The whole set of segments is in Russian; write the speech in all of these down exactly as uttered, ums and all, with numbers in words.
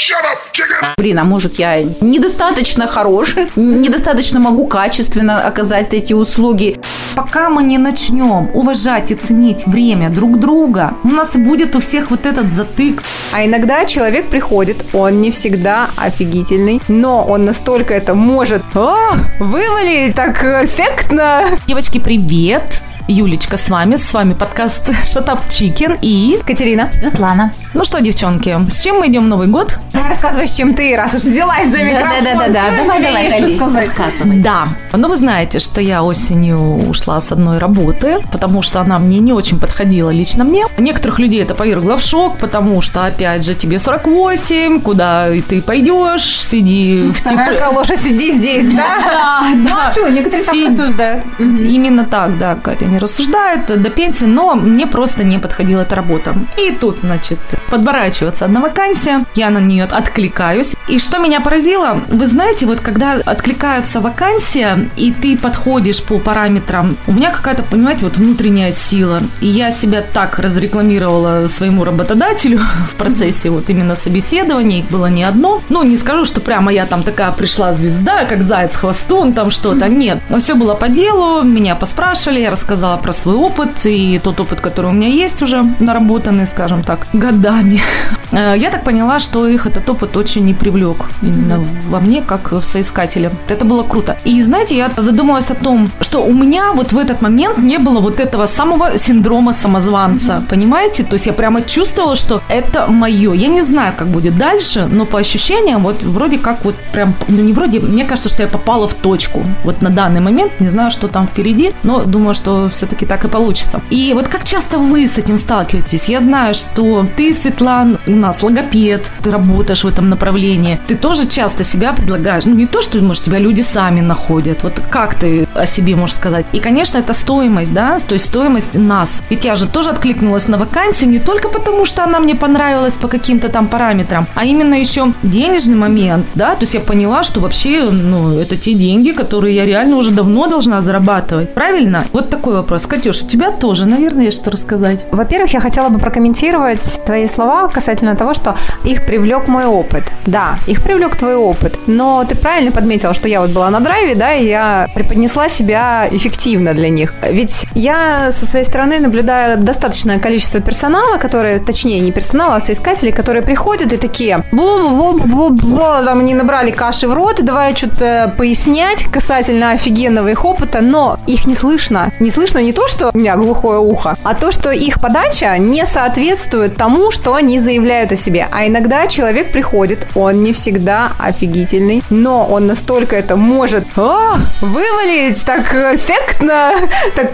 Shut up, chicken! Блин, а может я недостаточно хорош, недостаточно могу качественно оказать эти услуги. Пока мы не начнем уважать и ценить время друг друга, у нас будет у всех вот этот затык. А иногда человек приходит, он не всегда офигительный, но он настолько это может о, вывалить так эффектно. Девочки, привет! Юлечка с вами, с вами подкаст Shut Up Chicken и Катерина, Светлана. Ну что, девчонки, с чем мы идем в Новый год? Рассказывай, с чем ты, раз уж взялась за микрофон. Да-да-да, давай, давай, рассказывай. Да, но вы знаете, что я осенью ушла с одной работы, потому что она мне не очень подходила лично мне. Некоторых людей это повергло в шок, потому что, опять же, тебе сорок восемь, куда ты пойдешь, сиди в тепле. Калоша, сиди здесь, да? Да, да. Ну, что, некоторые так рассуждают. Именно так, да, Катя не рассуждает до пенсии, но мне просто не подходила эта работа. И тут, значит, подворачивается одна вакансия, я на нее откликаюсь. И что меня поразило, вы знаете, вот когда откликается вакансия, и ты подходишь по параметрам, у меня какая-то, понимаете, вот внутренняя сила. И я себя так разрекламировала своему работодателю в процессе вот именно собеседования, их было не одно. Ну, не скажу, что прямо я там такая пришла звезда, как заяц хвостун, там что-то. Нет, все было по делу, меня поспрашивали, я рассказала про свой опыт и тот опыт, который у меня есть уже наработанный, скажем так, годами. Я так поняла, что их этот опыт очень не привлек именно во мне, как в соискателе. Это было круто. И, знаете, я задумалась о том, что у меня вот в этот момент не было вот этого самого синдрома самозванца, mm-hmm. понимаете? То есть я прямо чувствовала, что это мое. Я не знаю, как будет дальше, но по ощущениям вот вроде как вот прям, ну не вроде, мне кажется, что я попала в точку. Вот на данный момент, не знаю, что там впереди, но думаю, что все-таки так и получится. И вот как часто вы с этим сталкиваетесь? Я знаю, что ты, Светлана, у нас логопед, ты работаешь в этом направлении. Ты тоже часто себя предлагаешь. Ну, не то, что, может, тебя люди сами находят. Вот как ты о себе можешь сказать? И, конечно, это стоимость, да? То есть стоимость нас. Ведь я же тоже откликнулась на вакансию не только потому, что она мне понравилась по каким-то там параметрам, а именно еще денежный момент, да? То есть я поняла, что вообще, ну, это те деньги, которые я реально уже давно должна зарабатывать. Правильно? Вот такой вопрос. Катюш, у тебя тоже, наверное, есть что рассказать. Во-первых, я хотела бы прокомментировать твои слова касательно того, что их привлек мой опыт. Да, их привлек твой опыт. Но ты правильно подметила, что я вот была на драйве, да, и я преподнесла себя эффективно для них. Ведь я со своей стороны наблюдаю достаточное количество персонала, которые, точнее, не персонала, а соискателей, которые приходят и такие, бу-бу-бу-бу-бу, там они набрали каши в рот, и давай что-то пояснять касательно офигенного их опыта, но их не слышно. Не слышно не то, что у меня глухое ухо, а то, что их подача не соответствует тому, что они заявляют о себе. А иногда человек приходит, он не всегда офигительный, но он настолько это может о, вывалить так эффектно, так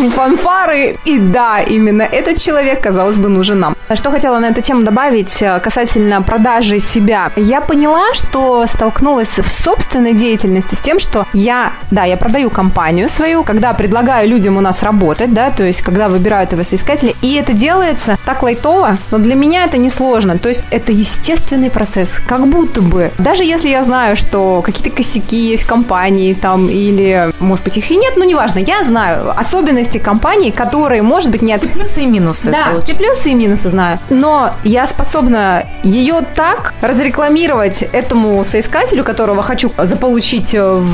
фанфары. И да, именно этот человек, казалось бы, нужен нам. Что хотела на эту тему добавить касательно продажи себя. Я поняла, что столкнулась в собственной деятельности с тем, что я, да, я продаю компанию свою, когда предлагаю людям у нас работать, да, то есть когда выбирают его соискатели, и это делается так лайтово, но для меня это не сложно, то есть это естественный процесс, как будто бы, даже если я знаю, что какие-то косяки есть в компании, там, или, может быть, их и нет, но неважно, я знаю особенности компании, которые, может быть, нет. Все плюсы и минусы. Да, все плюсы и минусы знаю, но я способна ее так разрекламировать этому соискателю, которого хочу заполучить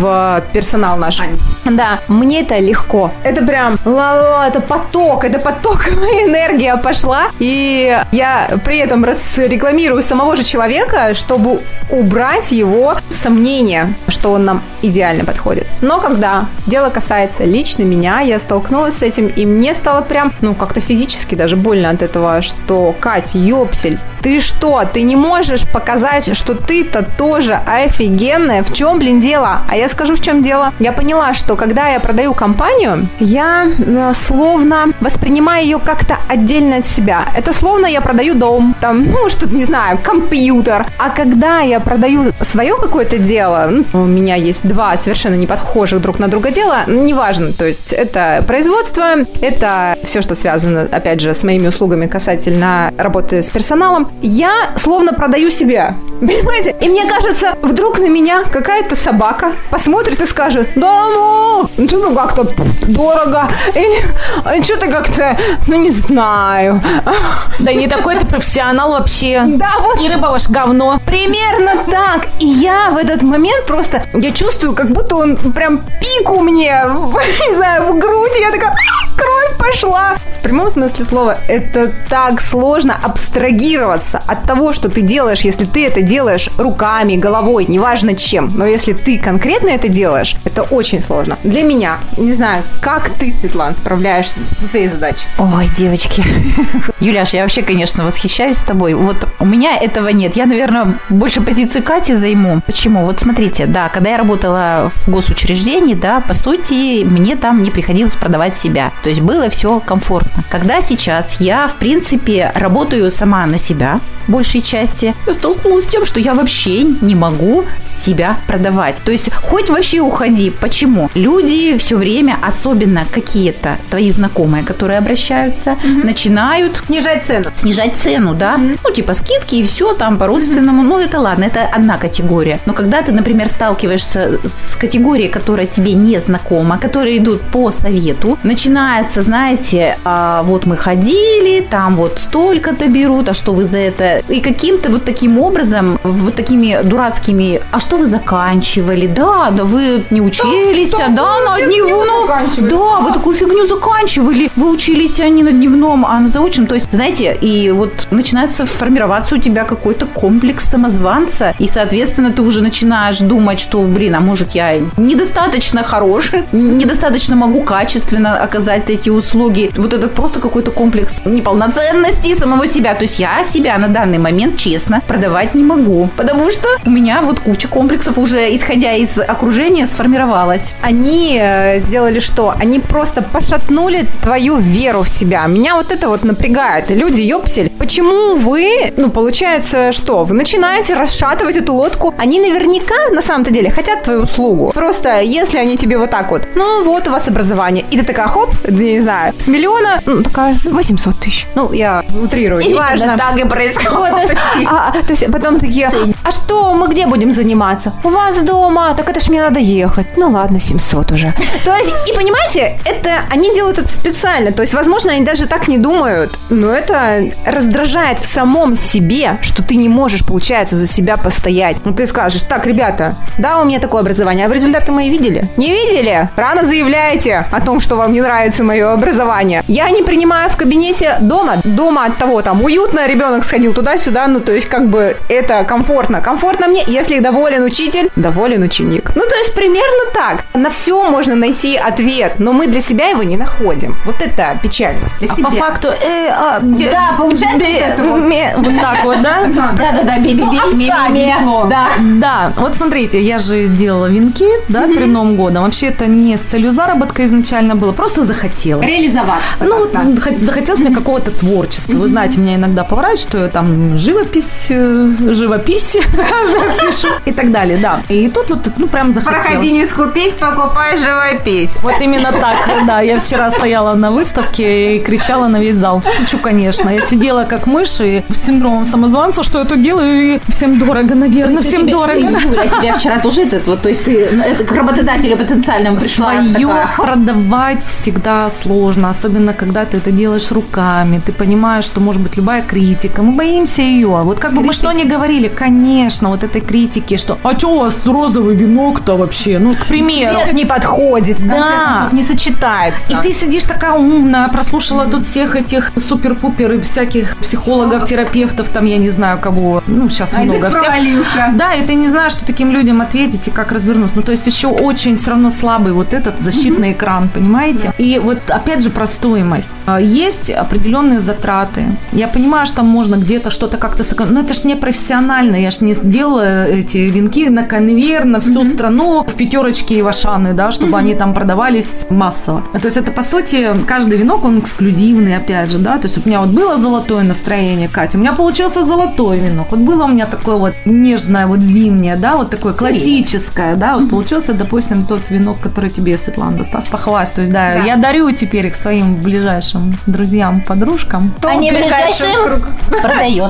в персонал наш. Да, мне это легко. Это прям, ла-ла, это поток, это поток, моя энергия пошла. И я при этом разрекламирую самого же человека, чтобы убрать его сомнения, что он нам идеально подходит. Но когда дело касается лично меня, я столкнулась с этим, и мне стало прям, ну, как-то физически даже больно от этого, что, Кать, ёпсель, ты что, ты не можешь показать, что ты-то тоже офигенная? В чем, блин, дело? А я скажу, в чем дело. Я поняла, что когда я продаю компанию, я э, словно воспринимаю ее как-то отдельно от себя. Это словно я продаю дом, там, ну, что-то, не знаю, компьютер. А когда я продаю свое какое-то дело, ну, у меня есть два совершенно не похожих друг на друга дела, ну, неважно, то есть это производство, это все, что связано, опять же, с моими услугами касательно работы с персоналом, я словно продаю себя. Понимаете? И мне кажется, вдруг на меня какая-то собака посмотрит и скажет: да ну, ну как-то дорого. Или что-то как-то, ну не знаю. Да не такой ты профессионал вообще. Да, вот. И рыба ваш говно. Примерно так. И я в этот момент просто, я чувствую, как будто он прям пику мне, в, не знаю, в грудь. Я такая, кровь пошла. В прямом смысле слова, это так сложно абстрагироваться от того, что ты делаешь, если ты это делаешь руками, головой, неважно чем. Но если ты конкретно это делаешь, это очень сложно. Для меня, не знаю, как ты, Светлана, справляешься со своей задачей? Ой, девочки. Юляш, я вообще, конечно, восхищаюсь тобой. Вот у меня этого нет. Я, наверное, больше позиции Кати займу. Почему? Вот смотрите, да, когда я работала в госучреждении, да, по сути, мне там не приходилось продавать себя. То есть было все комфортно. Когда сейчас я, в принципе, работаю сама на себя, большей части, я столкнулась с тем, что я вообще не могу себя продавать. То есть хоть вообще уходи. Почему? Люди все время, особенно какие-то твои знакомые, которые обращаются, mm-hmm. начинают снижать цену. Снижать цену, да. Mm-hmm. Ну, типа скидки и все там по-родственному. Mm-hmm. Ну, это ладно, это одна категория. Но когда ты, например, сталкиваешься с категорией, которая тебе не знакома, которые идут по совету, начинается, знаете, а, вот мы ходили, там вот столько-то берут, а что вы за это? И каким-то вот таким образом, вот такими дурацкими, а что вы заканчивали? Да, да вы не учились, да, да, на дневном. Да, вы такую фигню заканчивали. Вы учились а не на дневном, а на заочном. То есть, знаете, и вот начинается формироваться у тебя какой-то комплекс самозванца, и, соответственно, ты уже начинаешь думать, что, блин, а может я недостаточно хорош, недостаточно могу качественно оказать эти услуги. Вот это просто какой-то комплекс неполноценности самого себя. То есть я себя на данный момент, честно, продавать не могу, потому что у меня вот куча комплексов уже, исходя из окружения, сформировалась. Они сделали что? Они просто пошатнули твою веру в себя. Меня вот это вот напрягает. Люди, ёпсель, почему вы, ну, получается, что? Вы начинаете расшатывать эту лодку. Они наверняка, на самом-то деле, хотят твою услугу. Просто, если они тебе вот так вот, ну, вот у вас образование, и ты такая, хоп, не знаю, с миллиона, ну, такая, восемьсот тысяч. Ну, я утрирую, неважно. Так и происходит. Вот, то, есть, а, то есть потом такие, а что, мы где будем заниматься? У вас дома, так это ж мне надо ехать. Ну ладно, семьсот уже. То есть, и понимаете, это они делают это специально. То есть, возможно, они даже так не думают, но это раздражает в самом себе, что ты не можешь, получается, за себя постоять. Ну, ты скажешь, так, ребята, да, у меня такое образование, а вы результаты мои видели? Не видели? Рано заявляете о том, что вам не нравится мое образование. Я не принимаю в кабинете дома. Дома от того, там, уютно, ребенок сходил туда-сюда, ну, то есть, как бы, это комфортно. Комфортно мне, если доволен учитель, доволен ученик. Ну, то есть, примерно так. На все можно найти ответ, но мы для себя его не находим. Вот это печально. Для а себя. по факту... Э, а, да, получается бе, вот это вот. Ме, вот так вот, да? Да-да-да, бе-бе-бе. Да, да. Вот смотрите, я же делала венки, да, перед Новым годом. Вообще это не с целью заработка изначально было, просто захотелось. Реализоваться. Ну, вот захотелось мне какого-то творчества. Вы знаете, меня иногда поворачивает, что я там живопись, живопись пишу и так далее, да. И тут вот, ну, прям захотелось. Проходи, не скупись, покупай живопись. Вот именно так, да. Я вчера стояла на выставке и кричала на весь зал. Шучу, конечно. Я сидела как мышь и с синдромом самозванца, что я тут делаю, и всем дорого, наверное, всем дорого. Юля, тебя вчера тоже этот вот, то есть ты это к работодателю потенциальному пришла. Свое продавать всегда сложно, особенно когда ты это делаешь руками. Ты понимаешь, что может быть любая критика. Мы боимся ее. Вот как бы мы что ни говорили, конечно, вот этой критики, что а что у вас розовый венок-то вообще? Ну, к примеру. Цвет не подходит, в конце Да. концов, не сочетается. И ты сидишь такая умная, прослушала тут всех этих супер-пупер и всяких психологов, терапевтов, там, я не знаю кого, ну, сейчас А много язык всех. провалился. Да, и ты не знаешь, что таким людям ответить и как развернуться. Ну, то есть еще очень все равно слабый вот этот защитный mm-hmm. экран, понимаете? И вот опять же про стоимость. Есть определенные затраты. Я понимаю, что там можно где-то что-то как-то сэкономить, но это ж не профессионально. Я ж не сделала эти венки на конвейер, на всю mm-hmm. страну, в пятерочки и в Ашаны, да, чтобы mm-hmm. они там продавались массово. То есть это, по сути, каждый венок, он эксклюзивный, опять же, да, то есть у меня вот было золотое настроение, Катя, у меня получился золотой венок, вот было у меня такое вот нежное, вот зимнее, да, вот такое классическое, да, вот mm-hmm. получился, допустим, тот венок, который тебе, Светлана, досталось, похвастаюсь, да, да, я дарю теперь их своим ближайшим друзьям, подружкам. А не ближайшим продает.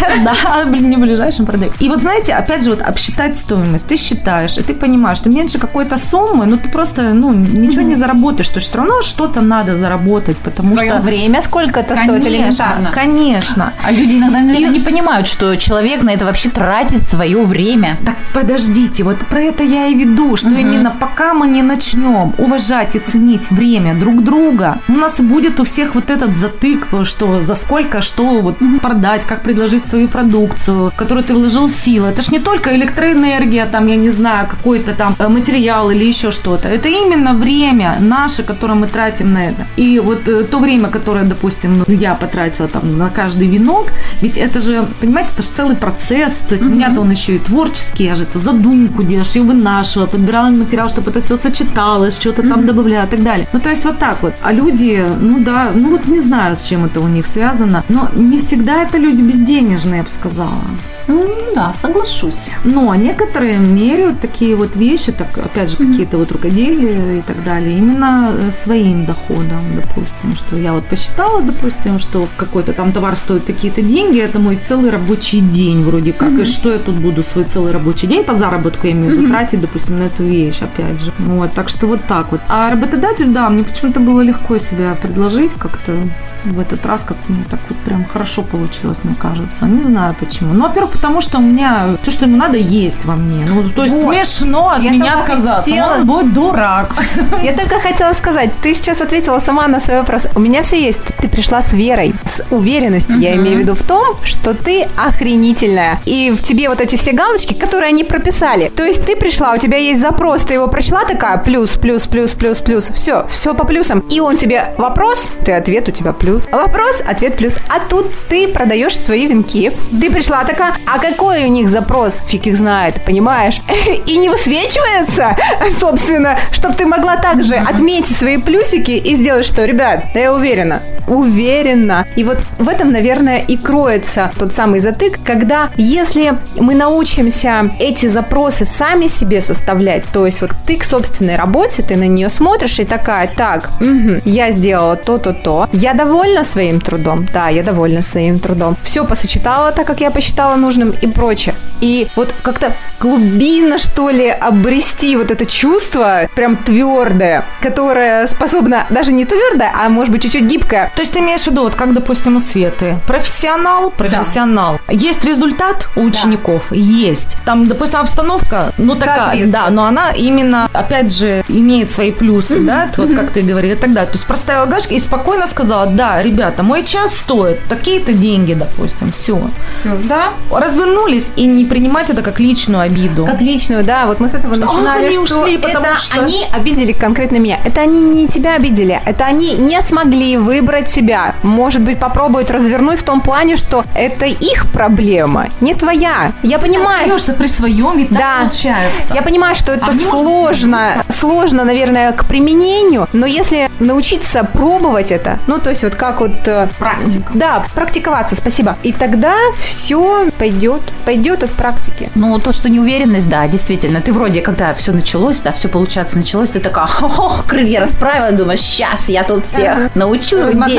Да, не ближайшим продает. И вот знаете, опять же, вот обсчитать стоимость. Ты считаешь, и ты понимаешь, что меньше какой-то суммы, ну ты просто, ну, ничего не заработаешь. То есть все равно что-то надо заработать, потому что... Время сколько это стоит элементарно? Конечно. А люди иногда, наверное, не понимают, что человек на это вообще тратит свое время. Так подождите, вот про это я и веду, что именно пока мы не начнем уважать и ценить время друг друга, у нас будет у всех вот этот затык, что за сколько что вот продать, как предложить свою продукцию, в которую ты вложил силы. Это ж не только электроэнергия, там, я не знаю, какой-то там материал или еще что-то. Это именно время наше, которое мы тратим на это. И вот э, то время, которое, допустим, я потратила там на каждый венок, ведь это же, понимаете, это же целый процесс. То есть mm-hmm. у меня-то он еще и творческий, я же эту задумку делала, ее вынашивала, подбирала материал, чтобы это все сочеталось, что-то mm-hmm. там добавляла и так далее. Ну, то есть вот так вот. А люди, ну да, ну вот не знаю, с чем это у них связано, но не всегда это люди безденежные, я бы сказала. Ну, да, соглашусь. Но некоторые меряют такие вот вещи, так, опять же, mm-hmm. какие-то вот рукоделия и так далее, именно своим доходом, допустим, что я вот посчитала, допустим, что какой-то там товар стоит такие-то деньги, это мой целый рабочий день вроде как, mm-hmm. и что я тут буду свой целый рабочий день по заработку, я имею в виду, mm-hmm. тратить, допустим, на эту вещь, опять же. Вот, так что вот так вот. А работодатель, да, мне почему-то было легко себя предложить как-то в этот раз, как-то мне так вот прям хорошо получилось, мне кажется. Не знаю почему. Ну, во-первых, потому что у меня все, что ему надо, есть во мне. Ну, то есть вот. Смешно от я меня отказаться. Хотела... Он будет дурак. Я только хотела сказать, ты сейчас ответила сама на свой вопрос. У меня все есть. Ты пришла с верой, с уверенностью, uh-huh. я имею в виду в том, что ты охренительная. И в тебе вот эти все галочки, которые они прописали. То есть ты пришла, у тебя есть запрос, ты его прочла, такая плюс, плюс, плюс, плюс, плюс. Все, все по плюсам. И он тебе вопрос, ты ответ, у тебя плюс. Вопрос, ответ плюс. А тут ты продаешь свои венки. Ты пришла такая, а какой у них запрос? Фиг их знает, понимаешь? И не высвечивается, собственно, чтобы ты могла также отметить свои плюсики и сделать что? Ребят, да я уверена, уверена. И вот в этом, наверное, и кроется тот самый затык, когда если мы научимся эти запросы сами себе составлять, то есть вот ты к собственной работе, ты на нее смотришь и такая, так, угу, я сделала то-то-то, я довольна своим трудом, да, я довольна своим трудом, все посочетала так, как я посчитала нужным и прочее. И вот как-то глубинно, что ли, обрести вот это чувство, прям твердое, которое способно, даже не твердое, а может быть чуть-чуть гибкое. То есть ты имеешь в виду, вот как, допустим, у Светы, профессионал, профессионал. Да. Есть результат у учеников? Да. Есть. Там, допустим, обстановка, ну такая, да, но она именно, опять же, имеет свои плюсы, mm-hmm. да, вот mm-hmm. как ты говоришь, и так далее. То есть проставила галочку и спокойно сказала, да, ребята, мой час стоит такие-то деньги, допустим, все. Все, да. Развернулись и не принимать это как личную обиду. Как личную, да. Вот мы с этого что, начинали, они что ушли, это что... они обидели конкретно меня. Это они не тебя обидели. Это они не смогли выбрать себя. Может быть, попробуют развернуть в том плане, что это их проблема, не твоя. Я понимаю. Ты остаешься при своем, ведь да. так получается. Я понимаю, что это а сложно, сложно, наверное, к применению, но если научиться пробовать это, ну, то есть вот как вот... Практика. Да, практиковаться, спасибо. И тогда все пойдет, пойдет от практики. Ну, то, что неуверенность, да, действительно. Ты вроде, когда все началось, да, все получаться началось, ты такая, ох, крылья расправила, думаешь, сейчас я тут всех ага. научу,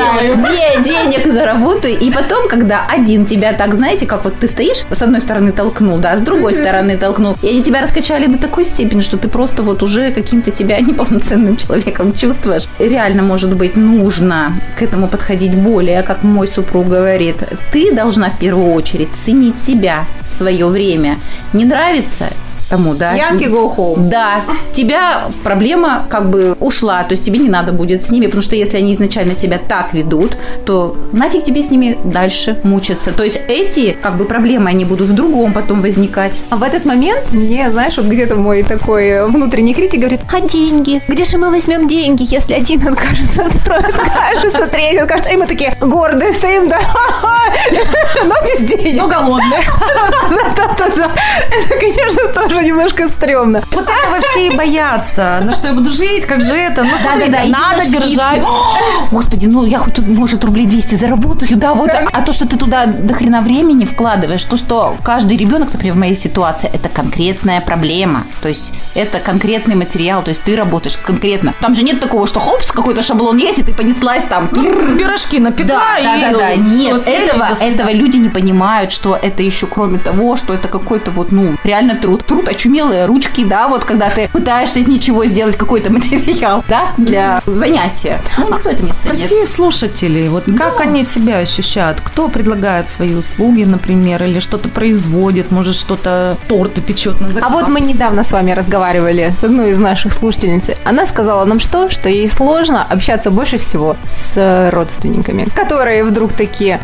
де- денег заработаю. И потом, когда один тебя так, знаете, как вот ты стоишь, с одной стороны толкнул, да, с другой стороны толкнул, и они тебя раскачали до такой степени, что ты просто вот уже каким-то себя неполноценным человеком чувствуешь. И реально, может быть, нужно к этому подходить более, как мой супруг говорит, ты должна в первую очередь ценить себя, свое время. Не нравится? тому, да. Янки go home. Да, тебя проблема как бы ушла, то есть тебе не надо будет с ними, потому что если они изначально себя так ведут, то нафиг тебе с ними дальше мучиться. То есть эти как бы проблемы, они будут в другом потом возникать. А в этот момент мне, знаешь, вот где-то мой такой внутренний критик говорит: а деньги? Где же мы возьмем деньги, если один откажется, второй откажется, третий откажется? И мы такие гордые стоим, да, но без денег. Но голодные. Да-да-да. Это, конечно, тоже немножко стрёмно. Вот этого все и боятся. На что я буду жить, как же это? Ну, смотри, Да-да-да, надо держать. Господи, ну я хоть тут, может, рублей двести заработаю, да, вот. А то, что ты туда до хрена времени вкладываешь, то, что каждый ребенок, например, в моей ситуации, это конкретная проблема. То есть это конкретный материал, то есть ты работаешь конкретно. Там же нет такого, что хопс, какой-то шаблон есть, и ты понеслась там. Ну, пирожки напекла Да, и... да, да, да. Нет, всё, этого, съели, этого люди не понимают, что это еще кроме того, что это какой-то вот, ну, реально труд. Труд, очумелые ручки, да, вот когда ты пытаешься из ничего сделать какой-то материал, да, для занятия. Ну, никто это не оценит. Спроси слушателей, вот Да. как они себя ощущают? Кто предлагает свои услуги, например, или что-то производит, может, что-то торты печет на заказ? А вот мы недавно с вами разговаривали с одной из наших слушательниц. Она сказала нам что? Что ей сложно общаться больше всего с родственниками, которые вдруг такие: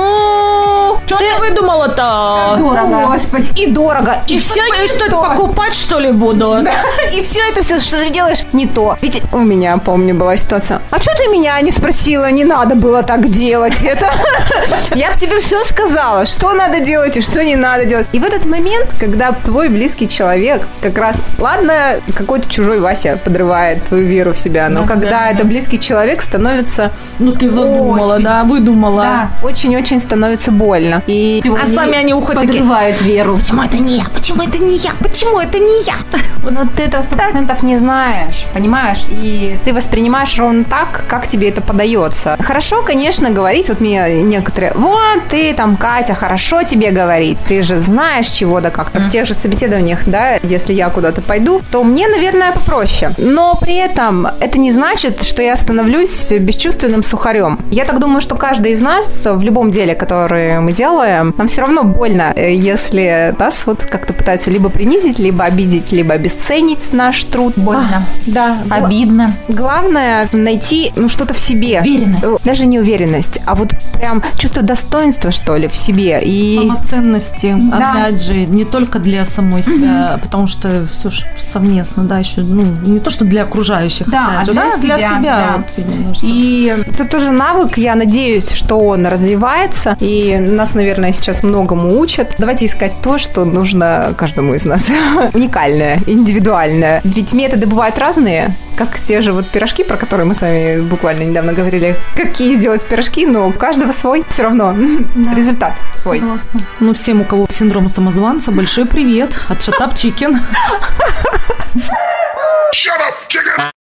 ну, Что ты выдумала-то? Дорого. Господи, и дорого, и, И все все, не и что, это то. покупать, что ли, буду? И все это все, что ты делаешь, не то. Ведь у меня, помню, была ситуация: а что ты меня не спросила? Не надо было так делать. Это я бы тебе все сказала, что надо делать и что не надо делать. И в этот момент, когда твой близкий человек как раз, ладно, какой-то чужой Вася подрывает твою веру в себя, но Ну, когда да, это да. близкий человек, становится Ну, ты задумала, Очень. да, выдумала. да, очень-очень становится больно. И А сами они уходят такие: подрывают веру. почему это не я? Почему это не я? Почему это не я? но ты этого сто процентов не знаешь, понимаешь? И ты воспринимаешь ровно так, как тебе это подается. Хорошо, конечно, говорить, вот мне некоторые: вот ты там, Катя, хорошо тебе говорить, ты же знаешь чего да как. В тех же собеседованиях, да, если я куда-то пойду, то мне, наверное, попроще. Но при этом это не значит, что я становлюсь бесчувственным сухарем. Я так думаю, что каждый из нас в любом деле, которое мы делаем, нам все равно больно, если нас вот как-то пытаются либо принизить, либо обидеть, либо обесценить наш труд. Больно. А, да. Обидно. Главное найти, ну, что-то в себе. Уверенность. Даже не уверенность, а вот прям чувство достоинства, что ли, в себе. И Самоценности, Да. опять же, не только для самой себя, потому что все ж совместно, да, еще, ну, не то, что для окружающих, Да, опять же, для да, для себя, себя. да. Вот именно, что- И это тоже навык, я надеюсь, что он развивается, и нас, наверное, сейчас многому учат. Давайте искать то, что нужно каждому из нас. Уникальное, индивидуальное. Ведь методы бывают разные, как те же вот пирожки, про которые мы с вами буквально недавно говорили. Какие сделать пирожки, но у каждого свой, все равно результат свой. Согласна. Ну, всем, у кого синдром самозванца, большой привет от Shut Up Chicken. Shut up, chicken!